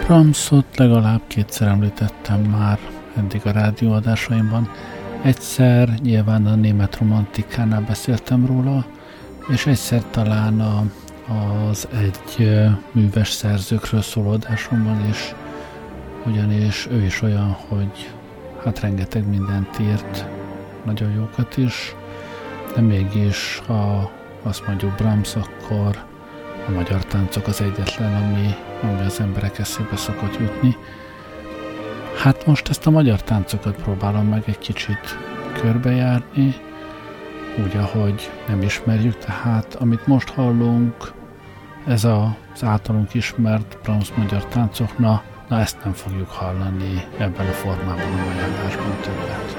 Brahmsot legalább kétszer említettem már eddig a rádióadásaimban. Egyszer nyilván a német romantikánál beszéltem róla, és egyszer talán az egy műves szerzőkről szóló adásomban is, ugyanis ő is olyan, hogy hát rengeteg mindent írt, nagyon jókat is, de mégis, ha azt mondjuk Brahms, akkor a Magyar táncok az egyetlen, ami az emberek eszébe szokott jutni. Hát most ezt a magyar táncokat próbálom meg egy kicsit körbejárni, úgy, ahogy nem ismerjük, tehát amit most hallunk, ez az általunk ismert Brahms magyar táncok, na ezt nem fogjuk hallani ebben a formában a mai adásban többet.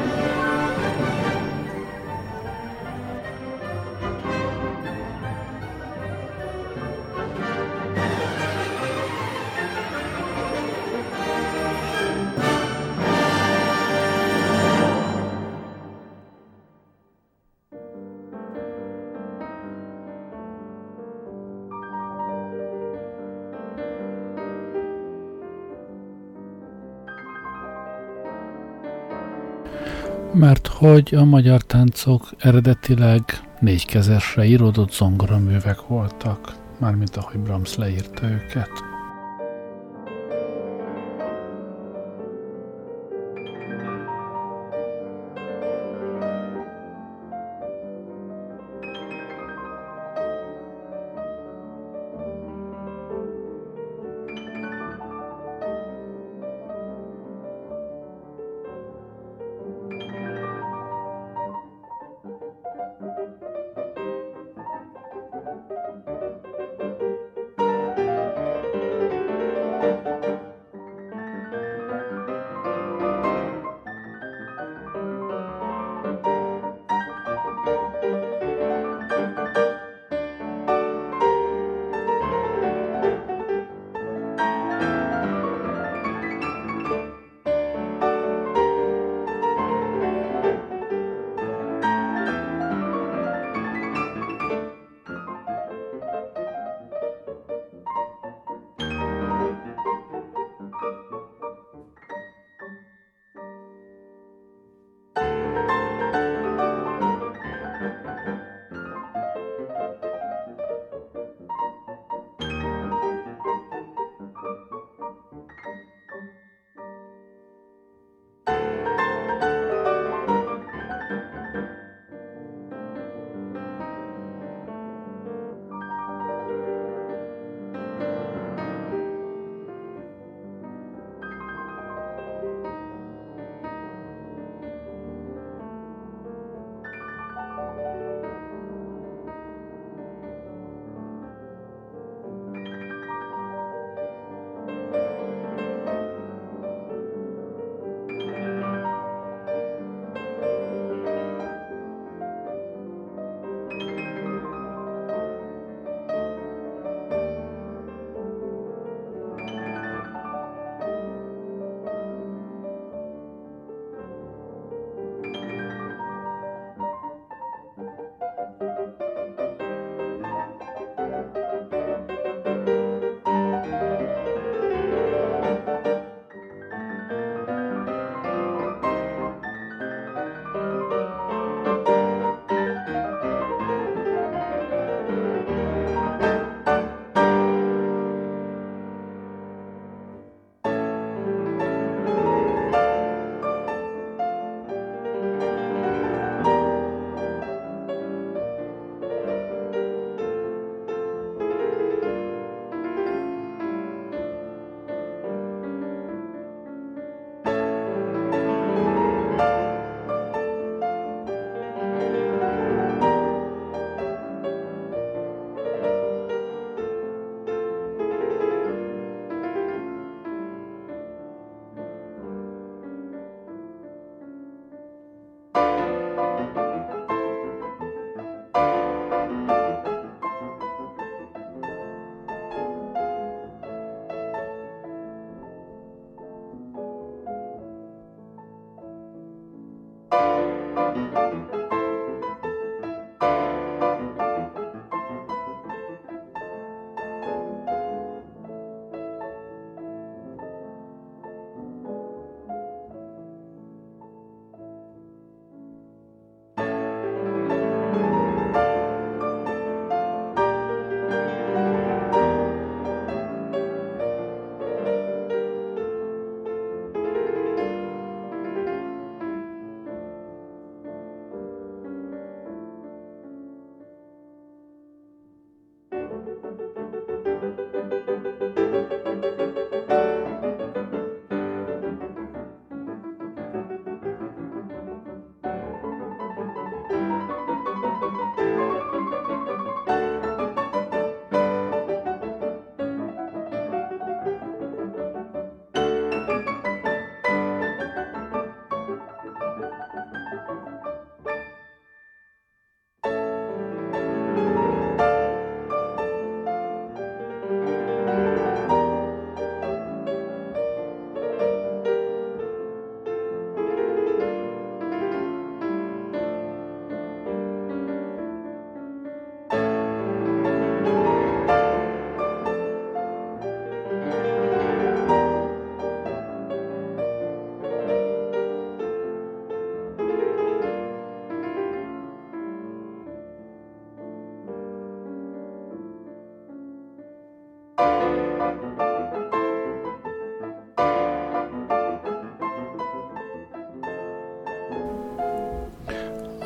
Mert hogy a magyar táncok eredetileg négykezesre íródott zongoraművek voltak, mármint ahogy Brahms leírta őket.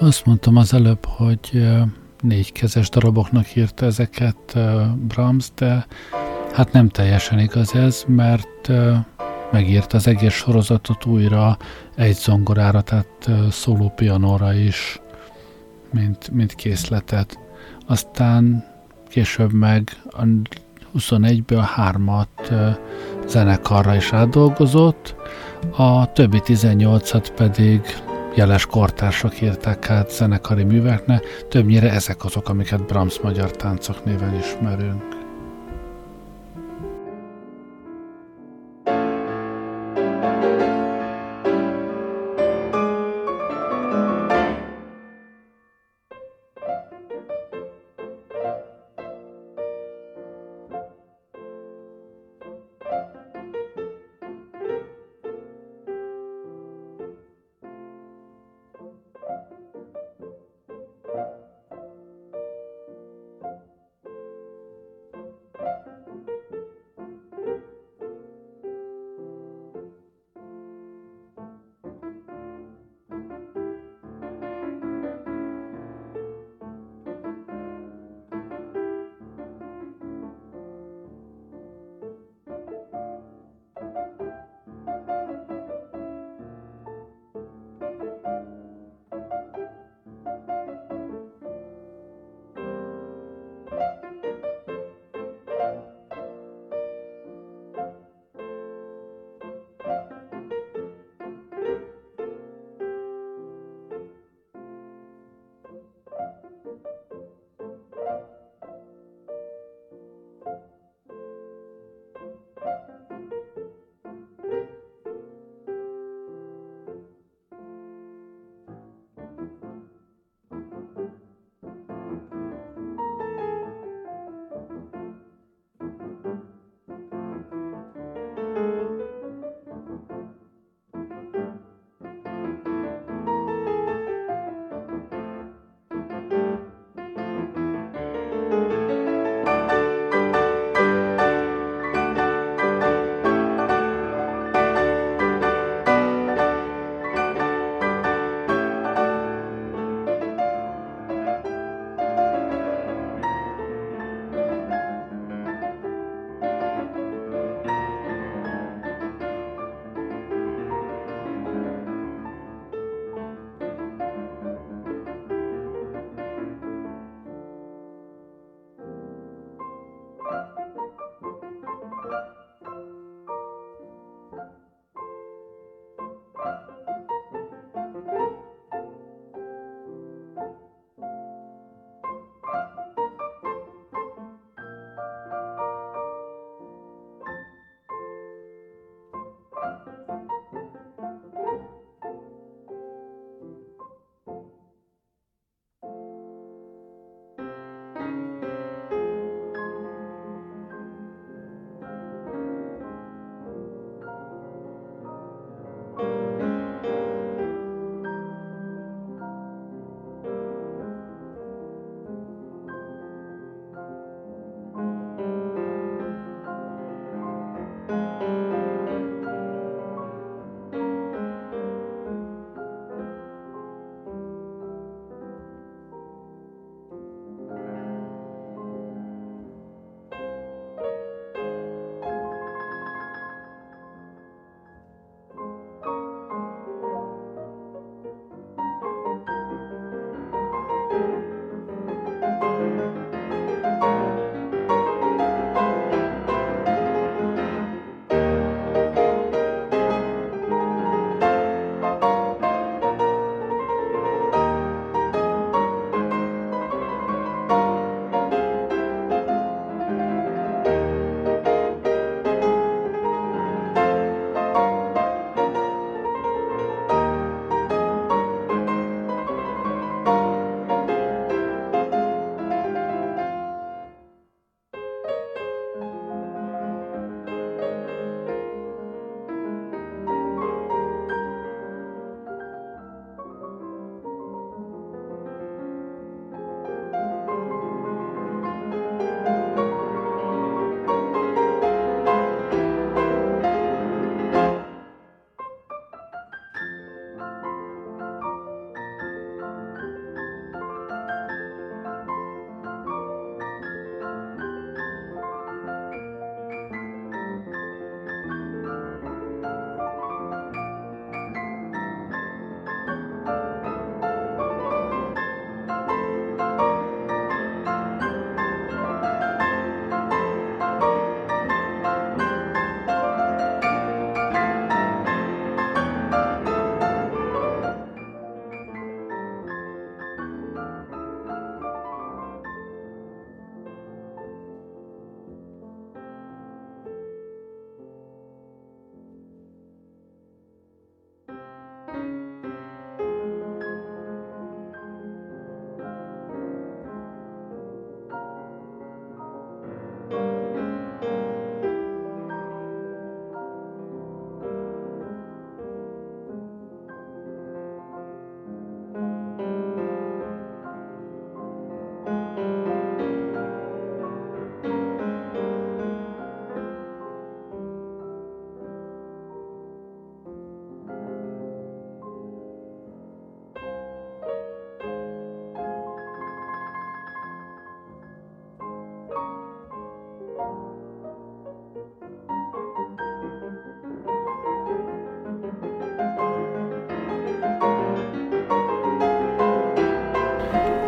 Azt mondtam az előbb, hogy négykezes daraboknak írta ezeket Brahms, de hát nem teljesen igaz ez, mert megírta az egész sorozatot újra egy zongorára, tehát szóló pianóra is, mint készletet. Aztán később meg a 21-ből 3-at zenekarra is átdolgozott, a többi 18-at pedig jeles kortársak írták át zenekari műveknek, többnyire ezek azok, amiket Brahms magyar táncok néven ismerünk.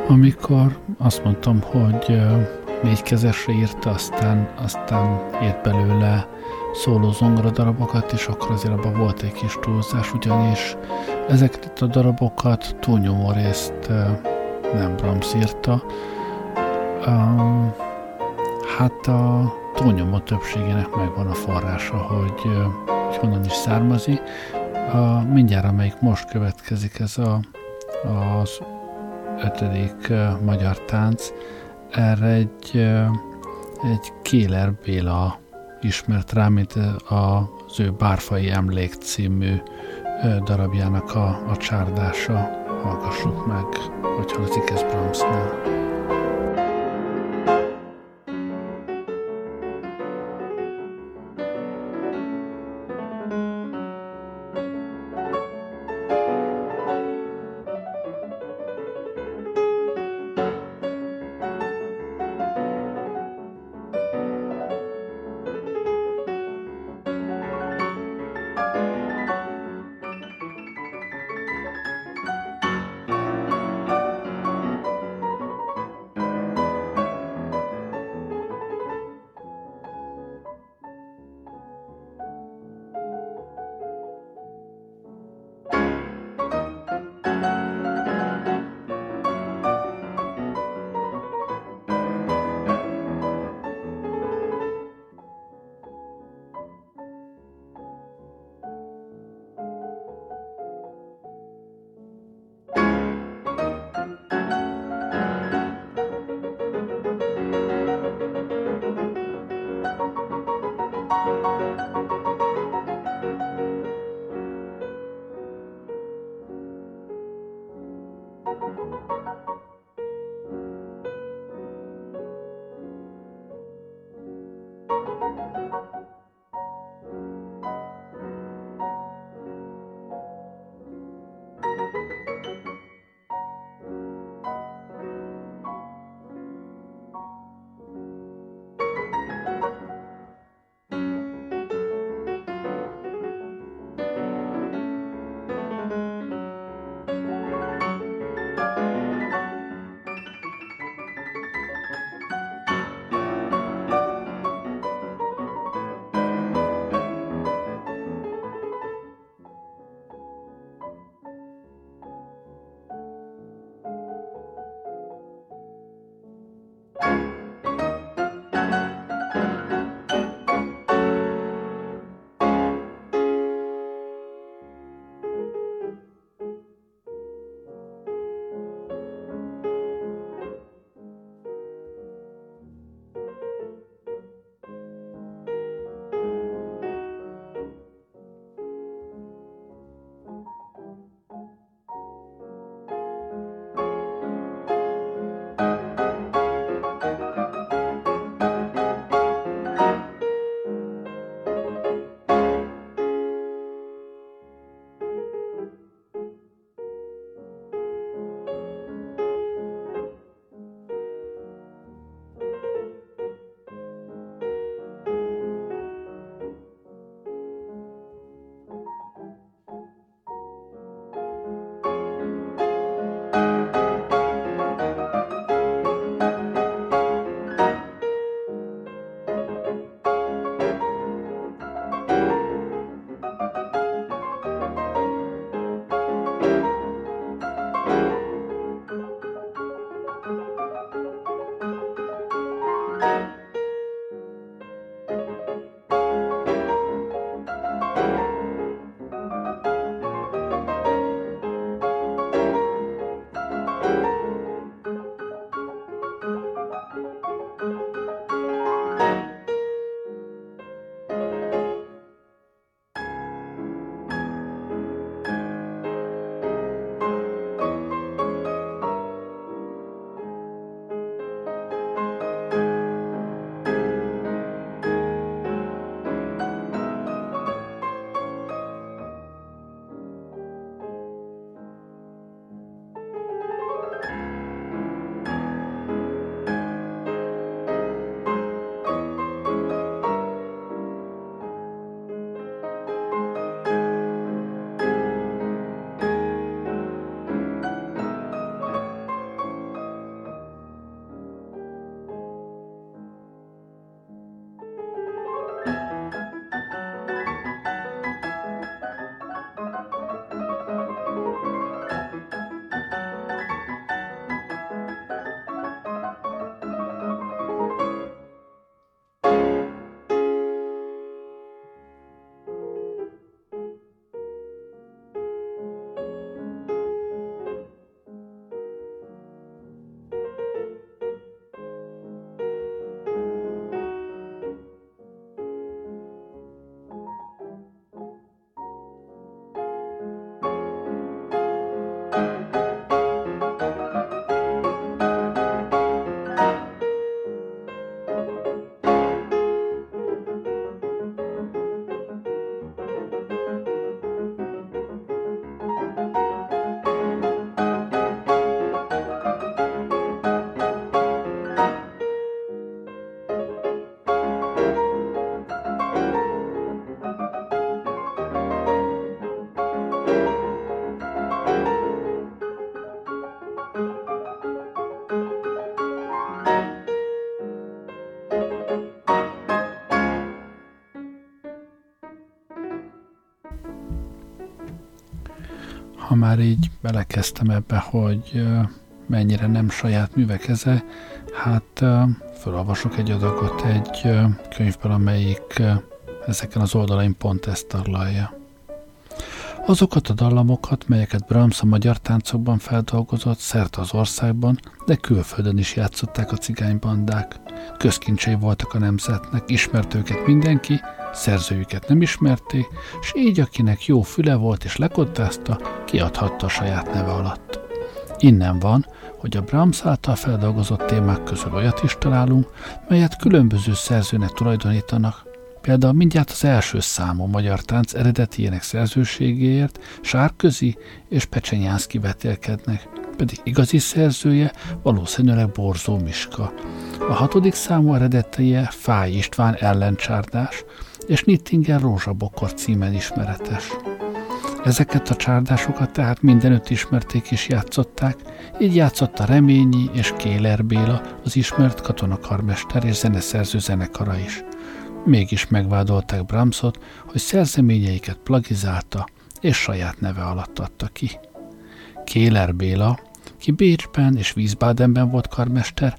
Amikor azt mondtam, hogy négykezesre írta, aztán írt belőle szóló zongora darabokat, és akkor azért abban volt egy kis túlzás, ugyanis ezeket a darabokat túlnyomó részt nem Brahms írta. Hát a túlnyomó többségének megvan a forrása, hogy honnan is származik. Mindjárt, amelyik most következik, ez az 5. magyar tánc, erre egy Kéler Béla ismert rá, mint az ő Bárfai Emlék című darabjának a csárdása. Hallgassuk meg, hogy hallzik ez Brahmsnál. ha már így belekezdtem ebbe, hogy mennyire nem saját művekeze, hát felolvasok egy adagot egy könyvből, amelyik ezeken az oldalain pont ezt taglalja. Azokat a dallamokat, melyeket Brahms a magyar táncokban feldolgozott szerte az országban, de külföldön is játszották a cigánybandák. Közkincsei voltak a nemzetnek, ismerte őket mindenki, szerzőjüket nem ismerték, s így akinek jó füle volt és lekottázta, kiadhatta a saját neve alatt. Innen van, hogy a Brahms által feldolgozott témák közül olyat is találunk, melyet különböző szerzőnek tulajdonítanak. Például mindjárt az első számú magyar tánc eredetiének szerzőségéért Sárközi és Pecsenyánszky vetélkednek, pedig igazi szerzője valószínűleg Borzó Miska. A 6. számú eredetije Fáy István Ellencsárdás és Nittinger Rózsabokor címen ismeretes. Ezeket a csárdásokat tehát mindenütt ismerték és játszották, így játszotta Reményi és Kéler Béla, az ismert katonakarmester és zeneszerző zenekara is. Mégis megvádolták Brahmsot, hogy szerzeményeiket plagizálta és saját neve alatt adta ki. Kéler Béla, ki Bécsben és Wiesbadenben volt karmester,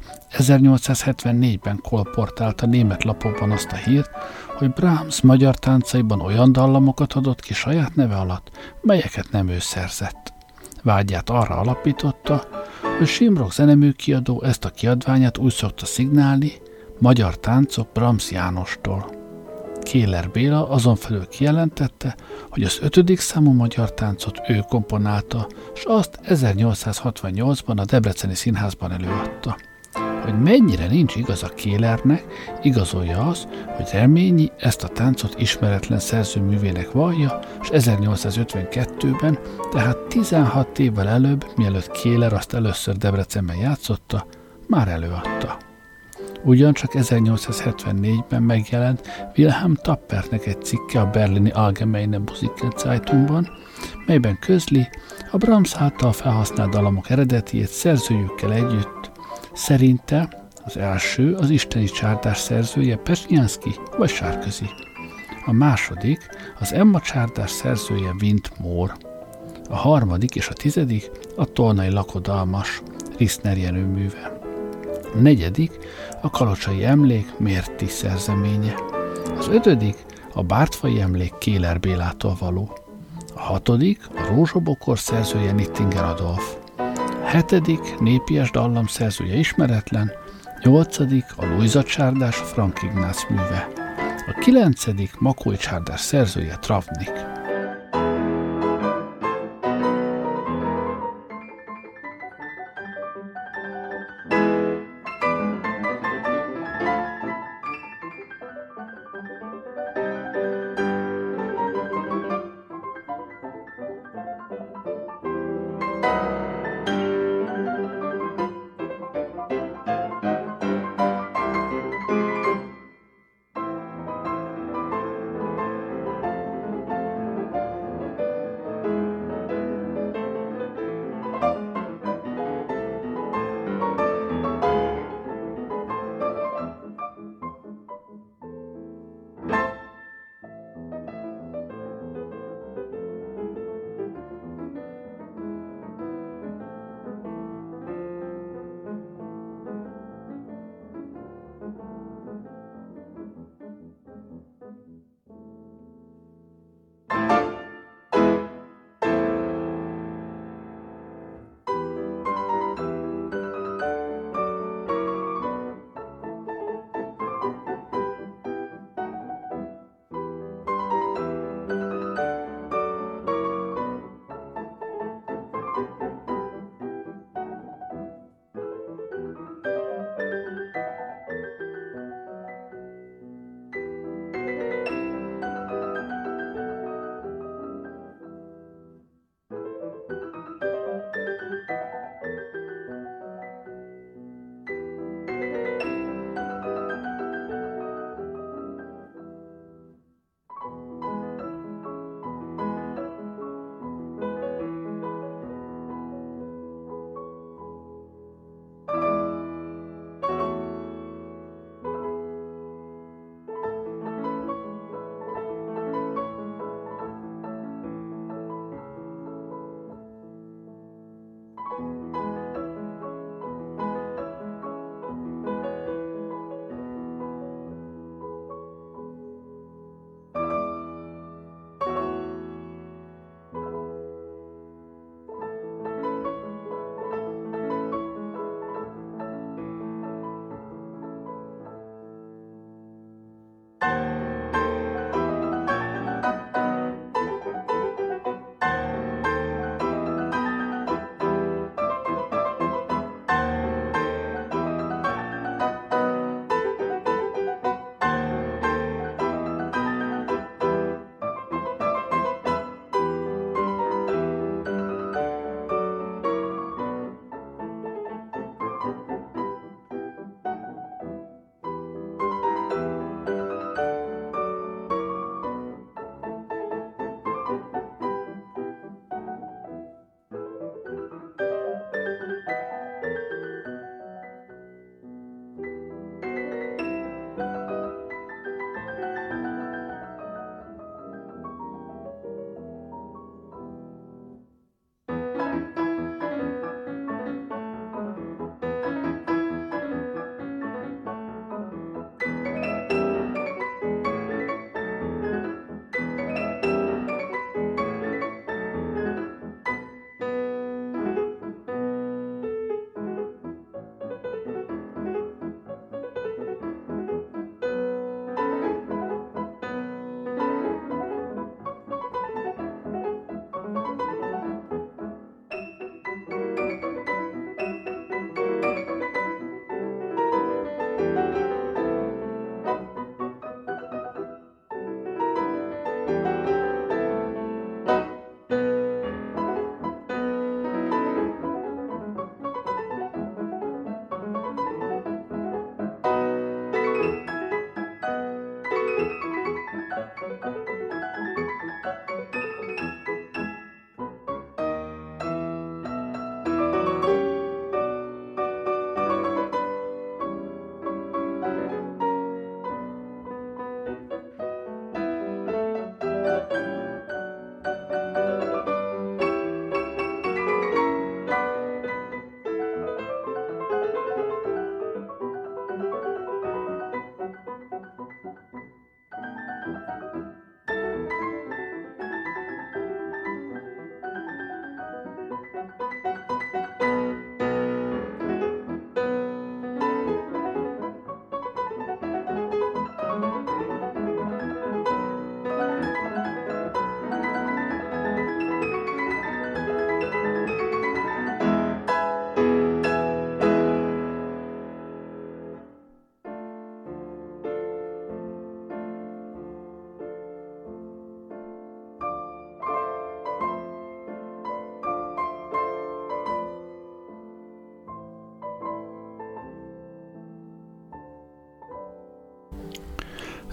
1874-ben kolportálta német lapokban azt a hírt, hogy Brahms magyar táncaiban olyan dallamokat adott ki saját neve alatt, melyeket nem ő szerzett. Vágyát arra alapította, hogy Simrok zeneműkiadó ezt a kiadványát úgy szokta szignálni, Magyar táncok Brahms Jánostól. Kéler Béla azon felül kijelentette, hogy az 5. számú magyar táncot ő komponálta, s azt 1868-ban a Debreceni Színházban előadta. Hogy mennyire nincs igaz a Kélernek, igazolja az, hogy Reményi ezt a táncot ismeretlen szerzőművének vallja, és 1852-ben, tehát 16 évvel előbb, mielőtt Kéler azt először Debrecenben játszotta, már előadta. Ugyancsak 1874-ben megjelent Wilhelm Tappertnek egy cikke a berlini Allgemeine Musikszeitung-ban, melyben közli a Brahms által felhasznált dallamok eredetiét szerzőjükkel együtt. Szerinte az első az isteni csárdás szerzője Pesnyánszky vagy Sárközi. A második az Emma csárdás szerzője Vint Mór. A harmadik és a 10. a Tolnai lakodalmas Riszner Jenő műve. A 4. a Kalocsai emlék Mérti szerzeménye. Az 5. a Bártfai emlék Kéler Bélától való. A 6. a Rózsabokor szerzője Nittinger Adolf. 7. népies dallam szerzője ismeretlen. 8. a Lujza csárdás Frank Ignác műve. A 9. Makói csárdás szerzője Travnik.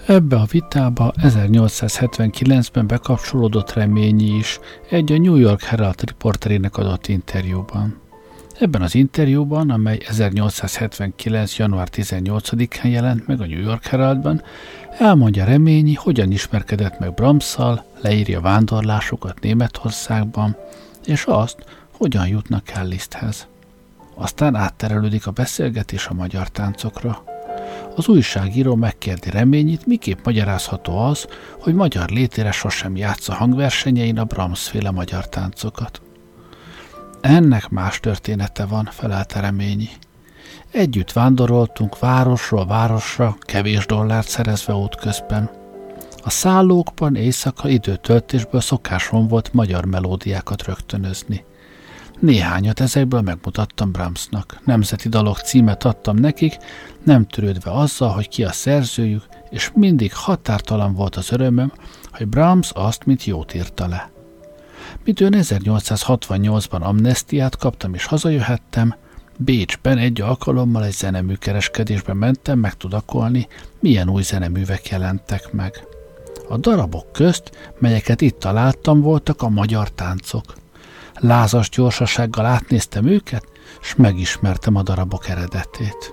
Ebbe a vitába 1879-ben bekapcsolódott Reményi is egy a New York Herald riporterének adott interjúban. Ebben az interjúban, amely 1879. január 18-án jelent meg a New York Heraldban, elmondja Reményi, hogyan ismerkedett meg Brahmsszal, leírja vándorlásukat Németországban, és azt, hogyan jutnak el Liszthez. Aztán átterelődik a beszélgetés a magyar táncokra. Az újságíró megkérdi Reményit, miképp magyarázható az, hogy magyar létére sosem játsza hangversenyein a Brahms-féle magyar táncokat. Ennek más története van, felelte Reményi. Együtt vándoroltunk városról városra, kevés dollárt szerezve útközben. A szállókban éjszaka időtöltésből szokásom volt magyar melódiákat rögtönözni. Néhányat ezekből megmutattam Brahmsnak. Nemzeti dalok címet adtam nekik, nem törődve azzal, hogy ki a szerzőjük, és mindig határtalan volt az örömöm, hogy Brahms azt, mint jót írta le. Midőn 1868-ban amnesztiát kaptam és hazajöhettem, Bécsben egy alkalommal egy zeneműkereskedésbe mentem megtudakolni, milyen új zeneművek jelentek meg. A darabok közt, melyeket itt találtam, voltak a magyar táncok. Lázas gyorsasággal átnéztem őket, s megismertem a darabok eredetét.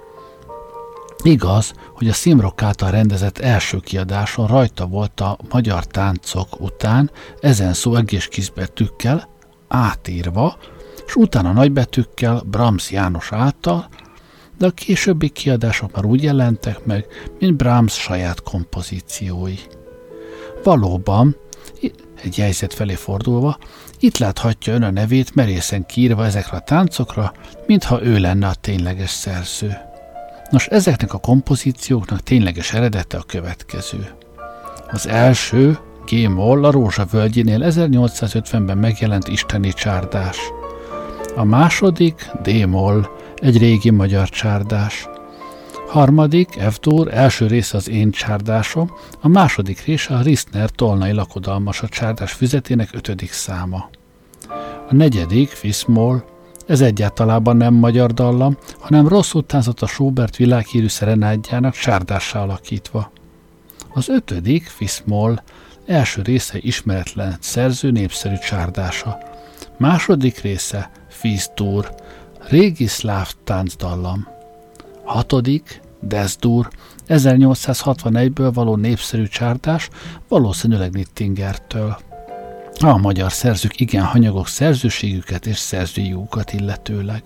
Igaz, hogy a Szimrok által rendezett első kiadáson rajta volt a magyar táncok után ezen szó egész kisbetűkkel, átírva, s utána nagybetűkkel Brahms János által, de a későbbi kiadások már úgy jelentek meg, mint Brahms saját kompozíciói. Valóban, egy jegyzet felé fordulva, itt láthatja ön a nevét merészen kiírva ezekre a táncokra, mintha ő lenne a tényleges szerző. Nos, ezeknek a kompozícióknak tényleges eredete a következő. Az első, G-moll, a Rózsa völgyénél 1850-ben megjelent isteni csárdás. A második, D-moll, egy régi magyar csárdás. Harmadik, F-dur, első része az én csárdásom, a második része a Riszner tolnai lakodalmas a csárdás füzetének 5. száma. A negyedik, Fis-moll, ez egyáltalában nem magyar dallam, hanem rossz utánzat a Schubert világhírű szerenádjának csárdássá alakítva. Az 5. Fis-moll, első része ismeretlen szerző népszerű csárdása. Második része, Fis-dur, régi szláv táncdallam. 6. Des-dur, 1861-ből való népszerű csárdás, valószínűleg Nittingertől. A magyar szerzők igen hanyagok szerzőségüket és szerzőjukat illetőleg.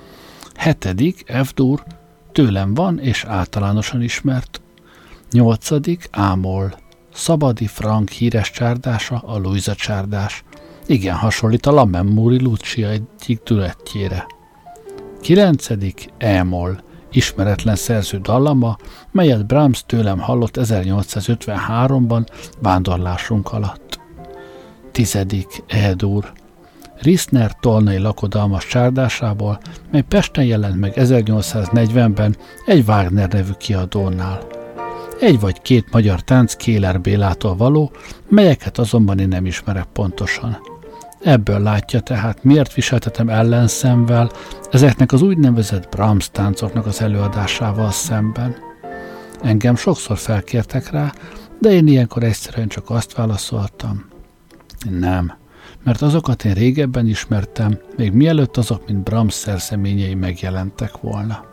7. F-dur, tőlem van és általánosan ismert. 8. A-moll, Szabadi Frank híres csárdása, a Luisa csárdás. Igen hasonlít a Lammermoor-i Lucia egyik duettjére. 9. E-moll, ismeretlen szerző dallama, melyet Brahms tőlem hallott 1853-ban vándorlásunk alatt. 10. E-dur, Riszner tolnai lakodalmas csárdásából, mely Pesten jelent meg 1840-ben egy Wagner nevű kiadónál. Egy vagy két magyar tánc Kéler Bélától való, melyeket azonban én nem ismerek pontosan. Ebből látja tehát, miért viseltetem ellenszemvel ezeknek az úgynevezett Brahms táncoknak az előadásával szemben. Engem sokszor felkértek rá, de én ilyenkor egyszerűen csak azt válaszoltam. Nem, mert azokat én régebben ismertem, még mielőtt azok, mint Brahms szerzeményei megjelentek volna.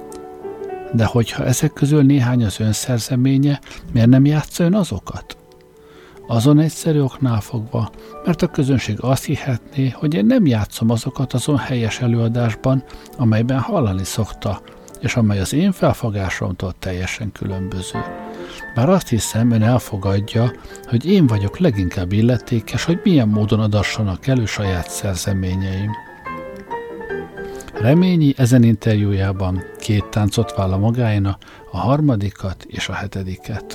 De hogyha ezek közül néhány az ön szerzeménye, miért nem játsza ön azokat? Azon egyszerű oknál fogva, mert a közönség azt hihetné, hogy én nem játszom azokat azon helyes előadásban, amelyben hallani szokta, és amely az én felfogásomtól teljesen különböző. Bár azt hiszem, ön elfogadja, hogy én vagyok leginkább illetékes, hogy milyen módon adassanak elő saját szerzeményeim. Reményi ezen interjújában 2 táncot vállal magáéna, a 3. és a 7.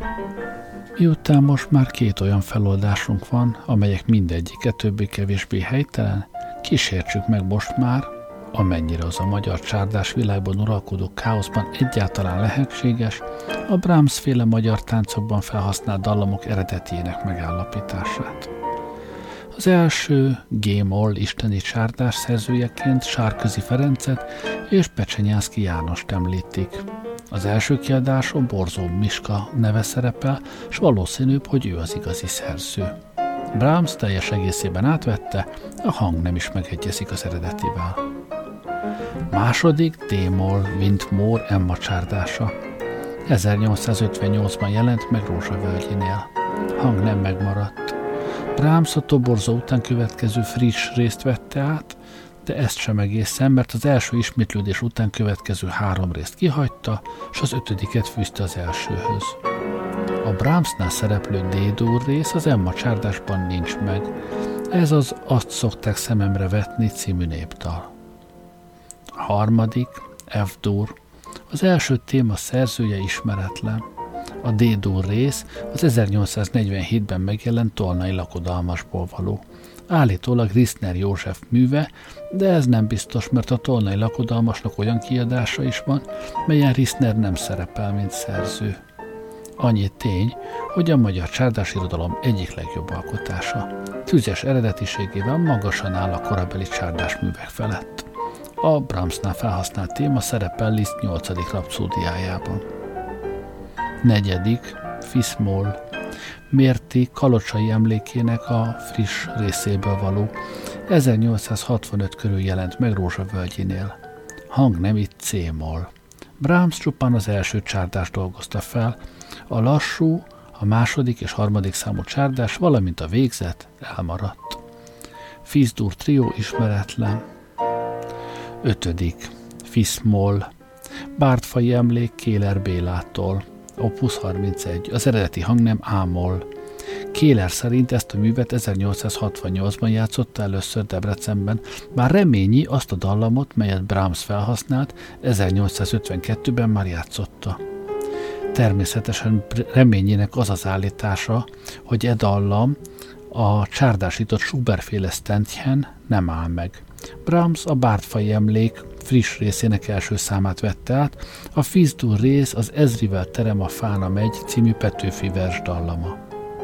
Miután most már 2 olyan feloldásunk van, amelyek mindegyike többé-kevésbé helytelen, kísértsük meg most már, amennyire az a magyar csárdás világban uralkodó káoszban egyáltalán lehetséges, a Brahms-féle magyar táncokban felhasznált dallamok eredetjének megállapítását. Az első G-moll isteni csárdás szerzőjeként Sárközi Ferencet és Pecsenyánszky Jánost említik. Az első kiadáson Borzó Miska neve szerepel, s valószínűbb, hogy ő az igazi szerző. Brahms teljes egészében átvette, a hang nem is megegyezik az eredetivel. Második D-moll Windmór Emma csárdása. 1858-ban jelent meg Rózsavölgyinél. Hang nem megmaradt. Brahms a toborzó után következő friss részt vette át, de ezt sem egészen, mert az első ismétlődés után következő 3 részt kihagyta, s az 5. fűzte az elsőhöz. A Brahmsnál szereplő D-dur rész az Emma csárdásban nincs meg. Ez az Azt szokták szememre vetni című népdal. A harmadik, F-dur. Az első téma szerzője ismeretlen. A D-dur rész az 1847-ben megjelent Tolnai lakodalmasból való. Állítólag Riszner József műve, de ez nem biztos, mert a Tolnai lakodalmasnak olyan kiadása is van, melyen Riszner nem szerepel, mint szerző. Annyi tény, hogy a magyar csárdásirodalom egyik legjobb alkotása. Tüzes eredetiségével magasan áll a korabeli csárdásművek felett. A Brahmsnál felhasznált téma szerepel Liszt 8. rapszódiájában. Negyedik, Fis-moll. Mérti Kalocsai emlékének a friss részéből való. 1865 körül jelent meg Rózsavölgyinél. Hangnemű C-moll. Brahms csupán az első csárdást dolgozta fel, a lassú, a második és harmadik számú csárdás, valamint a végzet elmaradt. Fis-dur trió ismeretlen. 5. Fis-moll. Bártfai emlék Kéler Bélától. Opus 31. Az eredeti hangnem A-moll. Kéler szerint ezt a művet 1868-ban játszotta először Debrecenben, bár Reményi azt a dallamot, melyet Brahms felhasznált, 1852-ben már játszotta. Természetesen Reményinek az az állítása, hogy e dallam a csárdásított Schubert-féle Ständchen nem áll meg. Brahms a Bártfai emlék friss részének első számát vette át, a Fis-dur rész az Ezrivel terem a fána megy című Petőfi vers dallama.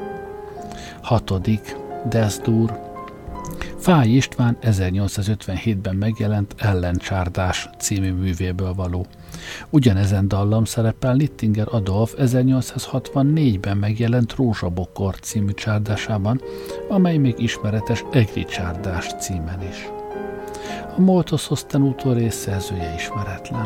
6. Des-dur. Fáy István 1857-ben megjelent Ellencsárdás című művéből való. Ugyanezen dallam szerepel Littinger Adolf 1864-ben megjelent Rózsabokor című csárdásában, amely még ismeretes Egri csárdás címen is. A Moltoszoszten útó rész szerzője ismeretlen.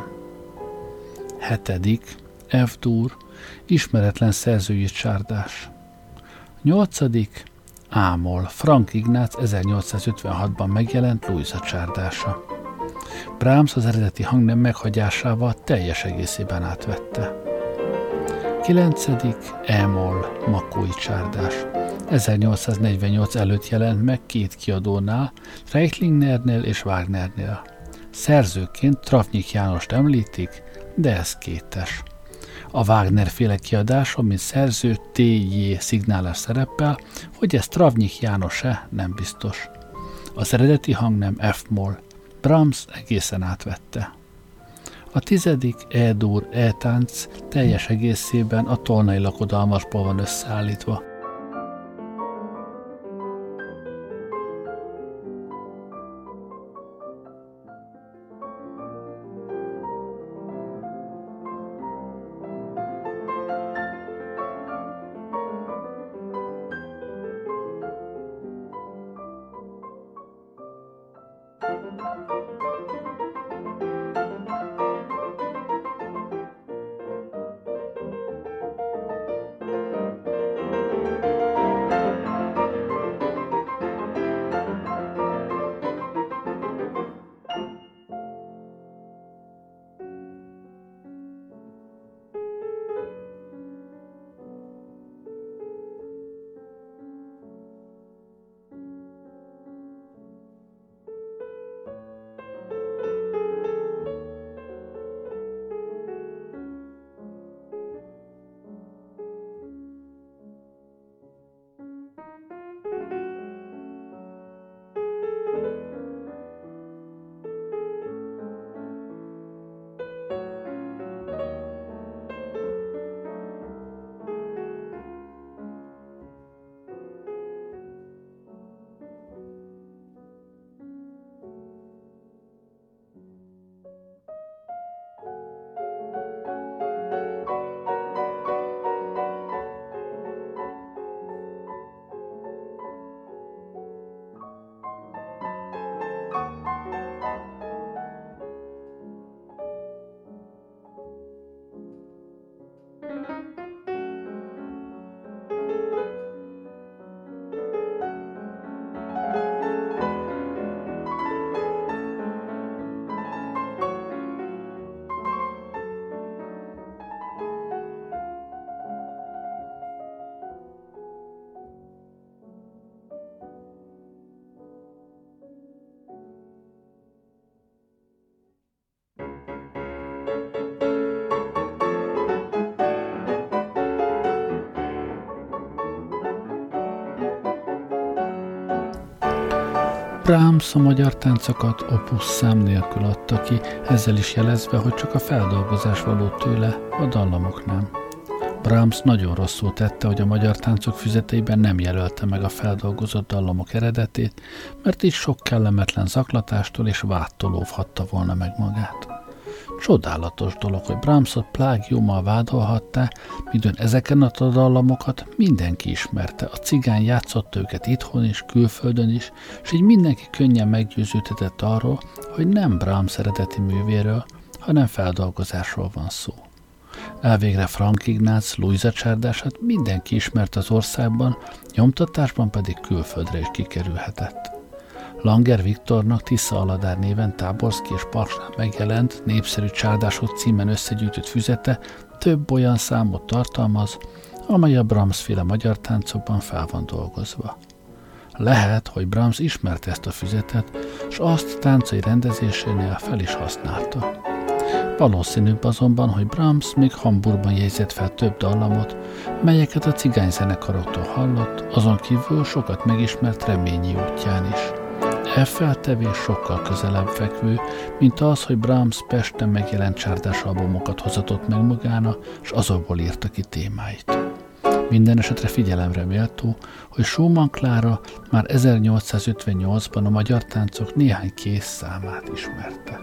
7. F-dur. Ismeretlen szerzői csárdás. 8. A-moll. Frank Ignác 1856-ban megjelent Lujza csárdása. Brahms az eredeti hangnem meghagyásával teljes egészében átvette. 9. E-moll. Makói csárdás. 1848 előtt jelent meg 2 kiadónál, Reichlingnernél és Wagnernél. Szerzőként Travnyik Jánost említik, de ez kétes. A Wagner-féle kiadáson, mint szerző T.J. szignálás szerepel, hogy ez Travnyik János-e, nem biztos. Az eredeti hangnem F-moll. Brahms egészen átvette. A 10. E-dur E-tánc teljes egészében a Tolnai lakodalmasból van összeállítva. Brahms a magyar táncokat opus szám nélkül adta ki, ezzel is jelezve, hogy csak a feldolgozás való tőle, a dallamok nem. Brahms nagyon rosszul tette, hogy a magyar táncok füzeteiben nem jelölte meg a feldolgozott dallamok eredetét, mert így sok kellemetlen zaklatástól és vádtól óvhatta volna meg magát. Csodálatos dolog, hogy Brahmsot plágiummal vádolhatta, midőn ezeken a dallamokat mindenki ismerte, a cigány játszott őket itthon is, külföldön is, és így mindenki könnyen meggyőződhetett arról, hogy nem Brahms eredeti művéről, hanem feldolgozásról van szó. Elvégre Frank Ignác, Luisa csárdását mindenki ismert az országban, nyomtatásban pedig külföldre is kikerülhetett. Langer Viktornak Tisza Aladár néven Táborszki és Paksnál megjelent, népszerű csárdások címen összegyűjtött füzete több olyan számot tartalmaz, amely a Brahms-féle magyar táncokban fel van dolgozva. Lehet, hogy Brahms ismerte ezt a füzetet, s azt táncai rendezésénél fel is használta. Valószínűbb azonban, hogy Brahms még Hamburgban jegyzett fel több dallamot, melyeket a cigányzenekaroktól hallott, azon kívül sokat megismert Reményi útján is. E feltevés sokkal közelebb fekvő, mint az, hogy Brahms Pesten megjelent csárdásalbumokat hozatott meg magána, s azokból írta ki témáit. Minden esetre figyelemre méltó, hogy Schumann Klára már 1858-ban a magyar táncok néhány kész számát ismerte.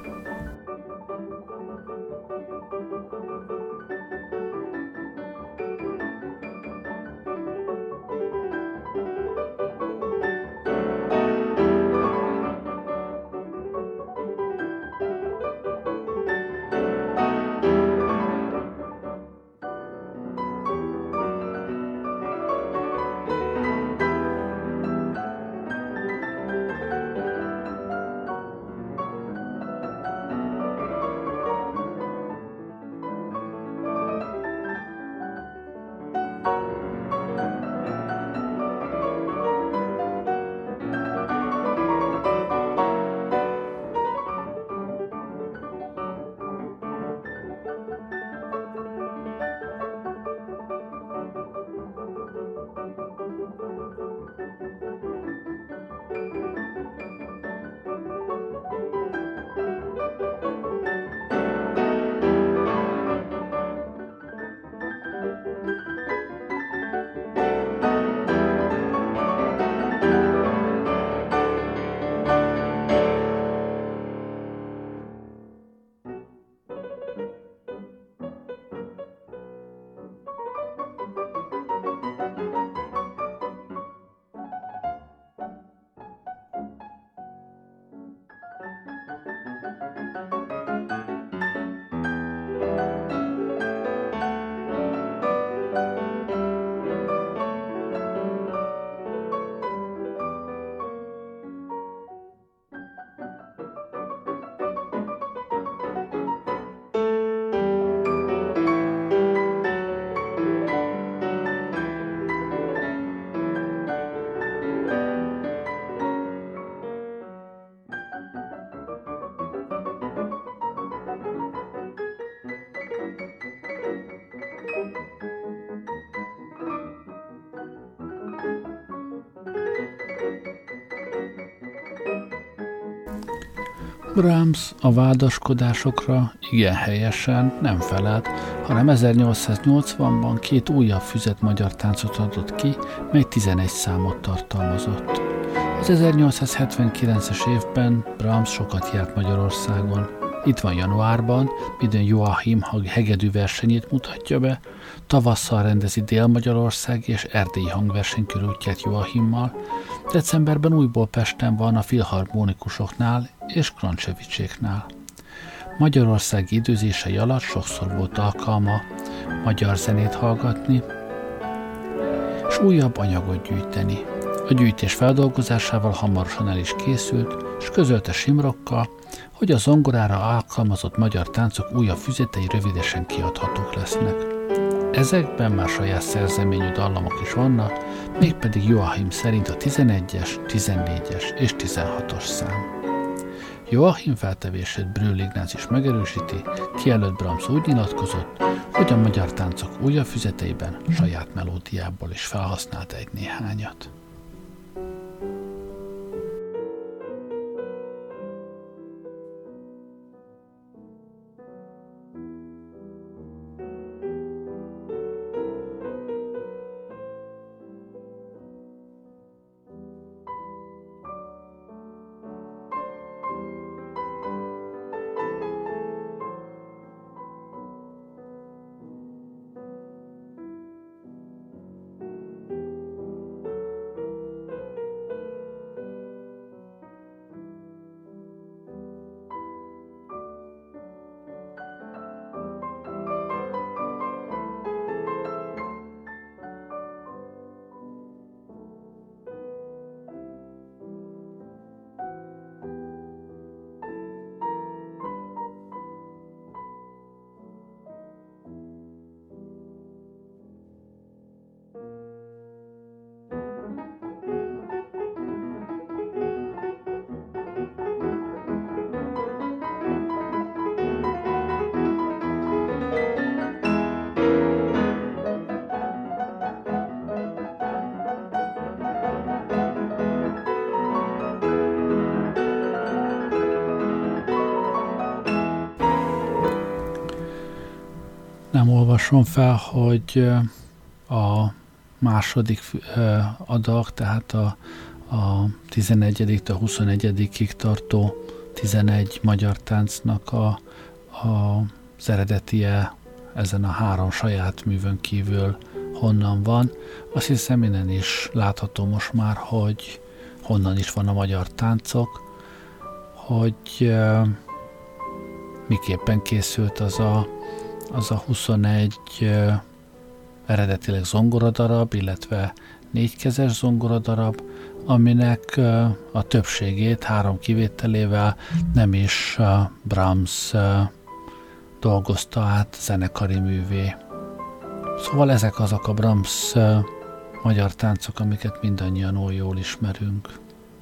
Brahms a vádaskodásokra igen helyesen nem felelt, hanem 1880-ban 2 újabb füzet magyar táncot adott ki, mely 11 számot tartalmazott. Az 1879-es évben Brahms sokat járt Magyarországon. Itt van januárban, midőn Joachim hegedű versenyét mutatja be, tavasszal rendezi Dél-Magyarország és erdélyi hangversenykörútját Joachimmal, decemberben újból Pesten van a filharmonikusoknál és Krancsevicséknál. Magyarországi időzései alatt sokszor volt alkalma magyar zenét hallgatni, és újabb anyagot gyűjteni. A gyűjtés feldolgozásával hamarosan el is készült, és közölte Simrokkal, hogy a zongorára alkalmazott magyar táncok újabb füzetei rövidesen kiadhatók lesznek. Ezekben már saját szerzeményű dallamok is vannak, mégpedig Joachim szerint a 11-es, 14-es és 16-os szám. Joachim feltevését Brühl Ignác is megerősíti, kielőtt Brahms úgy nyilatkozott, hogy a magyar táncok újabb füzeteiben saját melódiából is felhasznált egy néhányat. Nem olvasom fel, hogy a második adag, tehát a 11-től 21-ig tartó 11 magyar táncnak az eredetie ezen a 3 saját művön kívül honnan van. Azt hiszem, innen is látható most már, hogy honnan is van a magyar táncok, hogy miképpen készült az a 21 eredetileg zongoradarab, illetve 4-kezes zongoradarab, aminek a többségét 3 kivételével nem is Brahms dolgozta át zenekari művé. Szóval ezek azok a Brahms magyar táncok, amiket mindannyian oly jól ismerünk.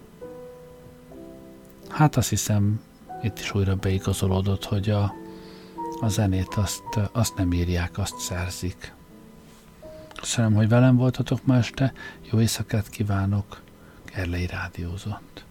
Hát azt hiszem, itt is újra beigazolódott, hogy a zenét azt nem írják, azt szerzik. Köszönöm, hogy velem voltatok ma este, jó éjszakát kívánok, Gerlei rádiózott.